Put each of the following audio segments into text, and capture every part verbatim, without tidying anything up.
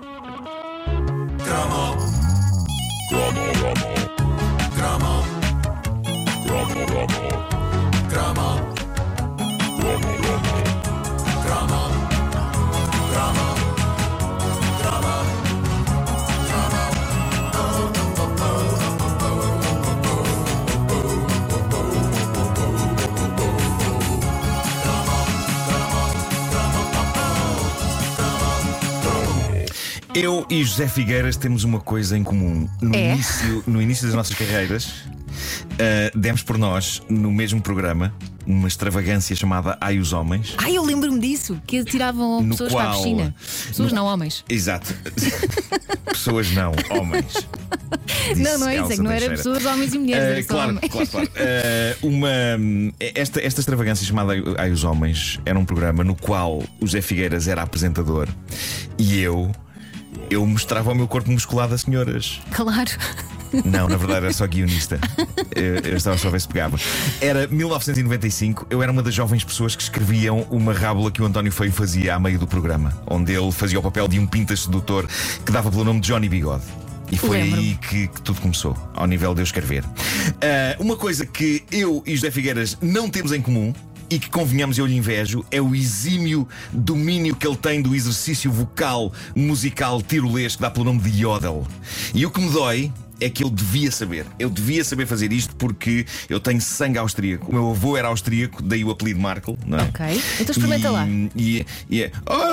Eu e José Figueiras temos uma coisa em comum. No, É? início, no início das nossas carreiras, uh, demos por nós, no mesmo programa, uma extravagância chamada Ai os Homens. Ai, eu lembro-me disso, que tiravam No pessoas para a qual- piscina. Pessoas no- não, homens. Exato. Pessoas não, homens. Não, não é isso, Elsa é que não era Teixeira. pessoas, homens e mulheres, Uh, era só claro, homens. claro, claro. Uh, uma, esta, esta extravagância chamada Ai- Ai os Homens era um programa no qual o José Figueiras era apresentador e eu, eu mostrava o meu corpo musculado a senhoras. Claro. Não, na verdade era só guionista. Eu, eu estava só a ver se pegava. Era mil novecentos e noventa e cinco. Eu era uma das jovens pessoas que escreviam uma rábula que o António Feio fazia a meio do programa, onde ele fazia o papel de um pintas sedutor que dava pelo nome de Johnny Bigode. E foi Lembro-me. aí que, que tudo começou, ao nível de eu escrever. Ah, uma coisa que eu e José Figueiras não temos em comum, e que, convenhamos, eu lhe invejo, é o exímio domínio que ele tem do exercício vocal musical tirolês que dá pelo nome de yodel. E o que me dói é que eu devia saber. Eu devia saber fazer isto porque eu tenho sangue austríaco. O meu avô era austríaco, daí o apelido Markle, não é? Ok. Então experimenta e, lá. E, e é.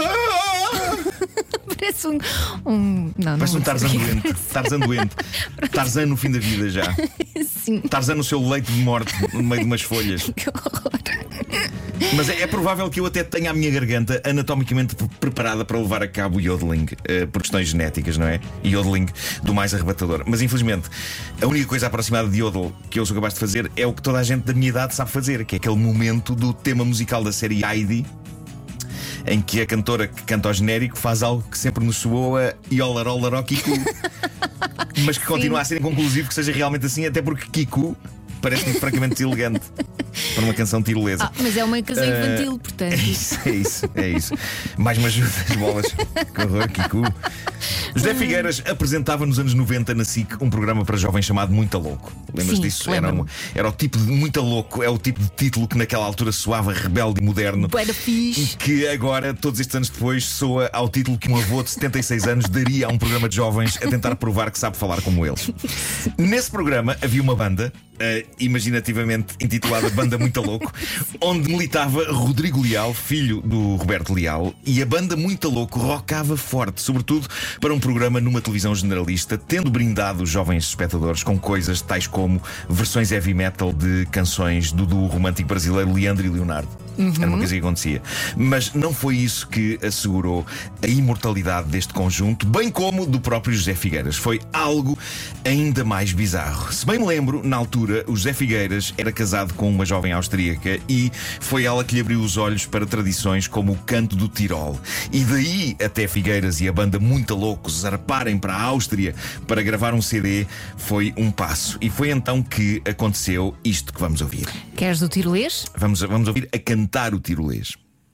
Parece um. um... Não, Parece não um vou Tarzan dizer. doente. Tarzan doente. Tarzan no fim da vida já. Sim. Tarzan no seu leito de morte, no meio de umas folhas. Que horror. Mas é, é provável que eu até tenha a minha garganta anatomicamente pre- preparada para levar a cabo o yodeling, eh, por questões genéticas, não é? Yodeling do mais arrebatador. Mas infelizmente, a única coisa aproximada de yodel que eu sou capaz de fazer é o que toda a gente da minha idade sabe fazer, que é aquele momento do tema musical da série Heidi, em que a cantora que canta ao genérico faz algo que sempre nos soou a Yolarolaro Kiku, mas que continua a ser inconclusivo que seja realmente assim, até porque Kiku parece-me francamente deselegante para uma canção tirolesa. Ah, mas é uma canção Uh, infantil, É portanto. isso, é isso, é isso. Mais me ajuda as bolas. Que horror, Kiku. José Figueiras apresentava nos anos noventa na S I C um programa para jovens chamado Muita Louco. Lembras Sim, disso? Era, lembro-me. um, era o tipo de Muita Louco, é o tipo de título que naquela altura soava rebelde e moderno. Bué da fixe. Que agora, todos estes anos depois, soa ao título que um avô de setenta e seis anos daria a um programa de jovens a tentar provar que sabe falar como eles. Nesse programa havia uma banda, uh, imaginativamente intitulada Banda Muita Louco, onde militava Rodrigo Leal, filho do Roberto Leal, e a Banda Muita Louco rockava forte, sobretudo para um programa numa televisão generalista, tendo brindado os jovens espectadores com coisas tais como versões heavy metal de canções do duo romântico brasileiro Leandro e Leonardo. Era uma coisa que acontecia. Mas não foi isso que assegurou a imortalidade deste conjunto, bem como do próprio José Figueiras. Foi algo ainda mais bizarro. Se bem me lembro, na altura, o José Figueiras era casado com uma jovem austríaca e foi ela que lhe abriu os olhos para tradições como o canto do Tirol. E daí até Figueiras e a banda Muita Loucos zarparem para a Áustria para gravar um C D foi um passo. E foi então que aconteceu isto que vamos ouvir. Queres do tirolês? Vamos, vamos ouvir a cantar o tirolês.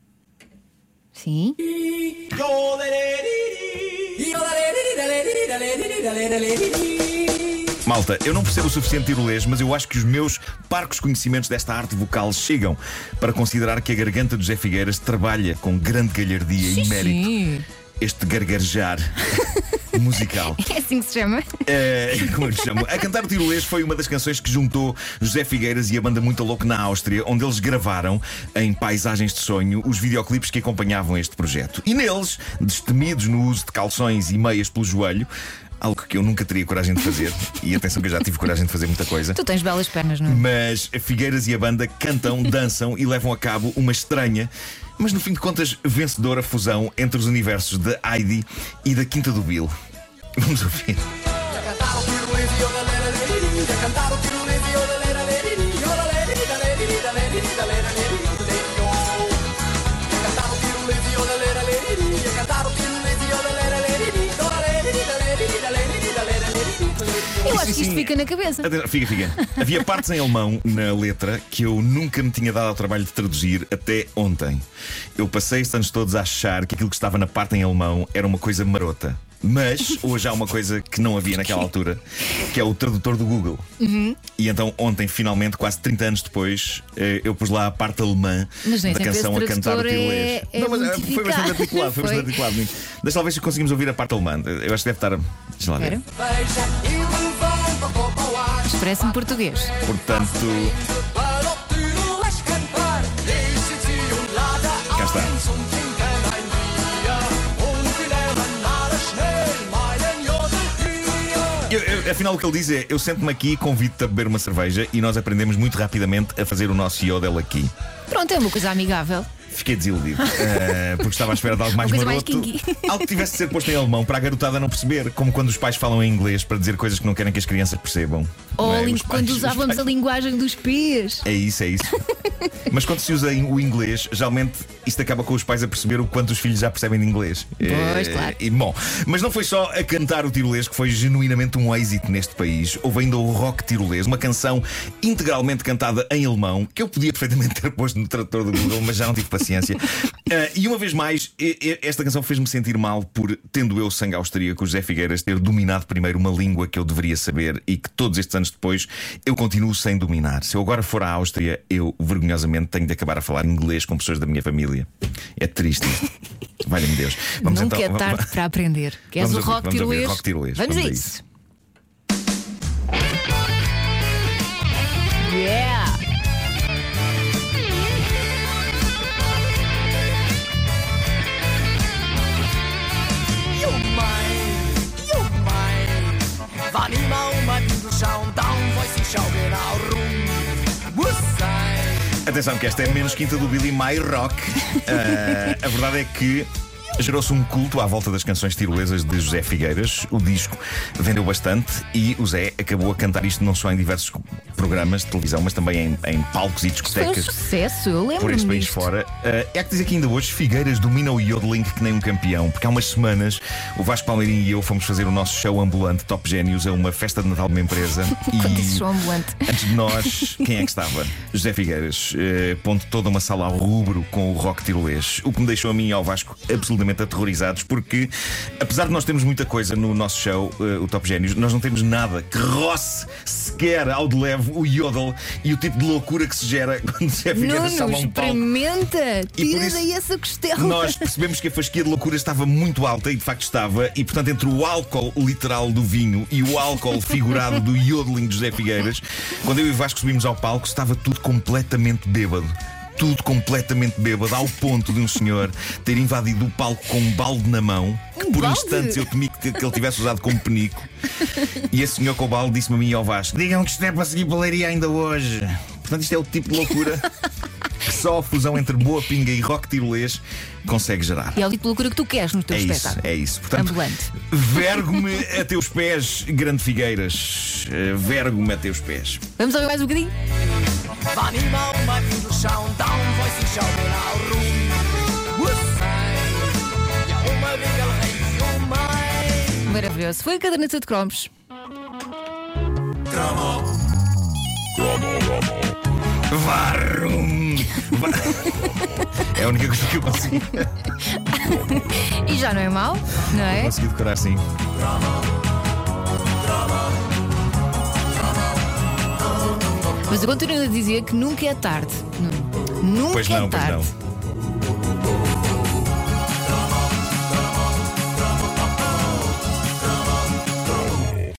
Sim. Malta, eu não percebo o suficiente tirolês, mas eu acho que os meus parcos conhecimentos desta arte vocal chegam para considerar que a garganta do José Figueiras trabalha com grande galhardia Sim, e mérito sim. este gargarejar musical. É assim que se chama. É, como eu lhe chamo. A Cantar o Tirolês foi uma das canções que juntou José Figueiras e a banda Muita Louco na Áustria, onde eles gravaram, em paisagens de sonho, os videoclipes que acompanhavam este projeto. E neles, destemidos no uso de calções e meias pelo joelho, algo que eu nunca teria coragem de fazer, e atenção que eu já tive coragem de fazer muita coisa. Tu tens belas pernas, não é? Mas Figueiras e a banda cantam, dançam e levam a cabo uma estranha, mas no fim de contas vencedora fusão entre os universos da Heidi e da Quinta do Bill. Vamos ouvir. Eu acho sim, que isto sim. fica na cabeça. Atenção, Fica, fica. Havia partes em alemão na letra que eu nunca me tinha dado ao trabalho de traduzir até ontem. Eu passei estes anos todos a achar que aquilo que estava na parte em alemão era uma coisa marota. Mas hoje há uma coisa que não havia naquela altura, que é o tradutor do Google. Uhum. E então ontem, finalmente, quase trinta anos depois, eh, eu pus lá a parte alemã Mas nem da sempre canção a esse cantar o tradutor tirolês. é- é Não, mas eh, muito foi bastante eficaz. articulado, foi Foi. bastante articulado. Deixa lá ver se conseguimos ouvir a parte alemã. Eu acho que deve estar. Deixa lá ver. Espera. Isto parece-me português. Portanto, cá está. Eu, eu, afinal, o que ele diz é: eu sento-me aqui e convido-te a beber uma cerveja e nós aprendemos muito rapidamente a fazer o nosso yodel aqui. Pronto, é uma coisa amigável. Fiquei desiludido, eh, porque estava à espera de algo mais Uma coisa mais maroto. kinky. Algo que tivesse de ser posto em alemão para a garotada não perceber, como quando os pais falam em inglês para dizer coisas que não querem que as crianças percebam. Ou Não é? a ling- Os pais- quando os usávamos pais- a linguagem dos pés. É isso, é isso. Mas quando se usa o inglês, geralmente isto acaba com os pais a perceber o quanto os filhos já percebem de inglês. Pois, Eh, claro. E, bom, mas não foi só a cantar o tirolês que foi genuinamente um êxito neste país. Houve ainda o rock tirolês, uma canção integralmente cantada em alemão, que eu podia perfeitamente ter posto no tradutor do Google, mas já não tive paciência. Eh, e uma vez mais, e- e- esta canção fez-me sentir mal por, tendo eu sangue austríaco, o José Figueiras, ter dominado primeiro uma língua que eu deveria saber e que todos estes anos depois eu continuo sem dominar. Se eu agora for à Áustria, eu vergonhosamente tenho de acabar a falar inglês com pessoas da minha família. É triste isto. Valha-me Deus. Vamos Nunca então. é tarde para aprender. Queres Vamos o ouvir, rock vamos ouvir tirolês? rock tirolês. Vamos, Vamos a a isso. Yeah! Jo mein, jo mein, wann immer um mein Bügel schauen, dann weiß ich auch genau rum. Muss sein. Atenção que esta é menos quinta do Billy My Rock. Ah, a verdade é que gerou-se um culto à volta das canções tirolesas de José Figueiras. O disco vendeu bastante e o Zé acabou a cantar isto não só em diversos programas de televisão, mas também em, em palcos e Foi um discotecas sucesso, eu por lembro-me este país disto. fora. Uh, é que diz aqui ainda hoje: Figueiras domina o yodeling que nem um campeão. Porque há umas semanas o Vasco Palmeirinho e eu fomos fazer o nosso show ambulante Top Génios a uma festa de Natal de uma empresa. Quando dizes e show ambulante. antes de nós, quem é que estava? José Figueiras, uh, pondo toda uma sala ao rubro com o rock tirolês. O que me deixou a mim e ao Vasco absolutamente aterrorizados, porque apesar de nós termos muita coisa no nosso show, uh, o Top Génios, nós não temos nada que roce sequer ao de leve o yodel e o tipo de loucura que se gera quando José Figueiras Nuno, sobe a um palco. experimenta! E por Tira isso daí essa costela! Nós percebemos que a fasquia de loucura estava muito alta e de facto estava, e portanto, entre o álcool literal do vinho e o álcool figurado do yodeling de José Figueiras, quando eu e o Vasco subimos ao palco, estava tudo completamente bêbado. Tudo completamente bêbado, ao ponto de um senhor ter invadido o palco com um balde na mão, que Um por balde? instantes eu temi que, que ele tivesse usado como penico. E esse senhor com o balde disse-me a mim e ao Vasco: digam que isto é para seguir pelaria ainda hoje. Portanto, isto é o tipo de loucura que só a fusão entre boa pinga e rock tirolês consegue gerar. E é o tipo de loucura que tu queres no teu É isso, espetáculo. é isso. Portanto, Ambulante. vergo-me a teus pés, grande Figueiras. Eh, Vergo-me a teus pés. Vamos ouvir mais um bocadinho? Wann immer um mein Bügel schauen, dann weiß ich auch genau rum. Muss sein. Ja, um mein Winkel rechts, um mein. Maravilhoso. Foi a caderneta de cromos. Varrum! Va- É a única coisa que eu consigo, E já não é mau, não é? consegui decorar assim. Mas eu continuo a dizer que nunca é tarde. Nuno. Nunca Pois é não, pois tarde. não.